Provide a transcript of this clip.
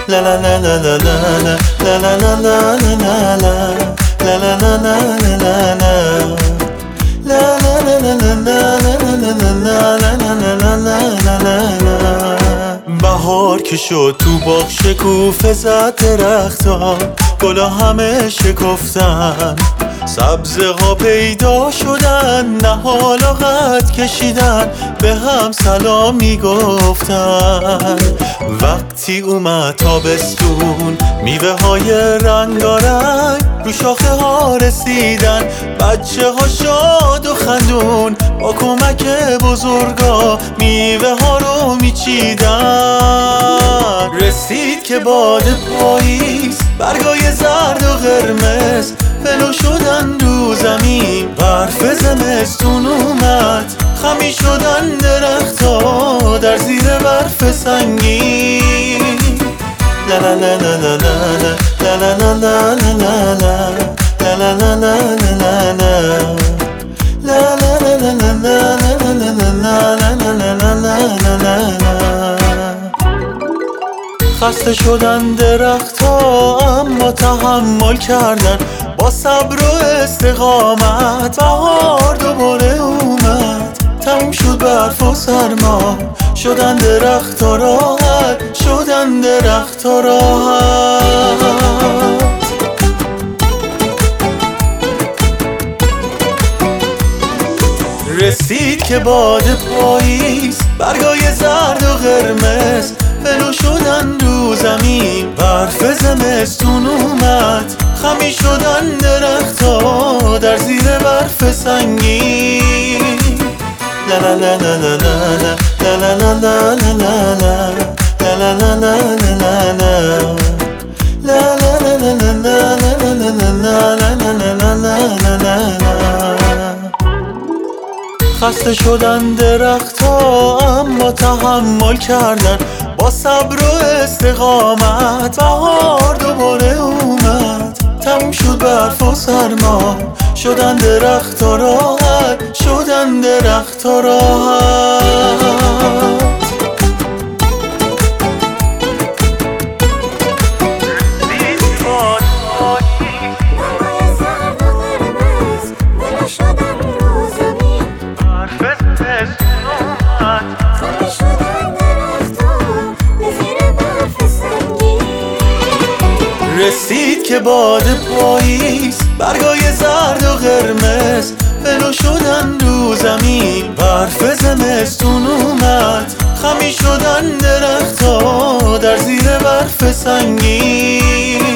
لا لا لا لا لا لا لا لا لا لا لا لا لا لا. بهار که شد تو باغ شکوفه زد درخت‌ها، گلا همه شکفتن، سبزه ها پیدا شدن، نهال و قد کشیدن، به هم سلام میگفتن. وقتی اومد تابستون، میوه های رنگارنگ رو شاخه ها رسیدن، بچه ها شاد و خندون با کمک بزرگا میوه ها رو میچیدن. رسید که باد پاییز، برگای زرد و قرمز ولو شدن رو زمین، برف زمستون اومد، خمی شدن درخت‌ها در زیر برف سنگین. لا لا لا لا لا لا لا لا لا لا لا لا. خسته شدن درخت‌ها اما تحمل کردن، با صبر و استقامت بهار دوباره اومد. تموم شد برف و سرما، شدن درخت‌ها راحت، شدن درخت‌ها راحت. رسید که باد پاییز، برگای زرد و قرمز ولو شدن رو زمین، برف زمستون اومد، خمی شدن درخت‌ها در زیر برف سنگین. لا لا لا لا لا لا لا لا لا لا لا. خسته شدن درخت‌ها اما تحمل کردن، با صبر و استقامت بهار دوباره اومد. تموم شد برف و سرما، شدن درخت‌ها راحت، شدن درخت‌ها راحت. رسید که باد پاییز، برگای زرد و قرمز ولو شدن رو زمین، برف زمستون اومد، خمی شدن درخت‌ها در زیر برف سنگین.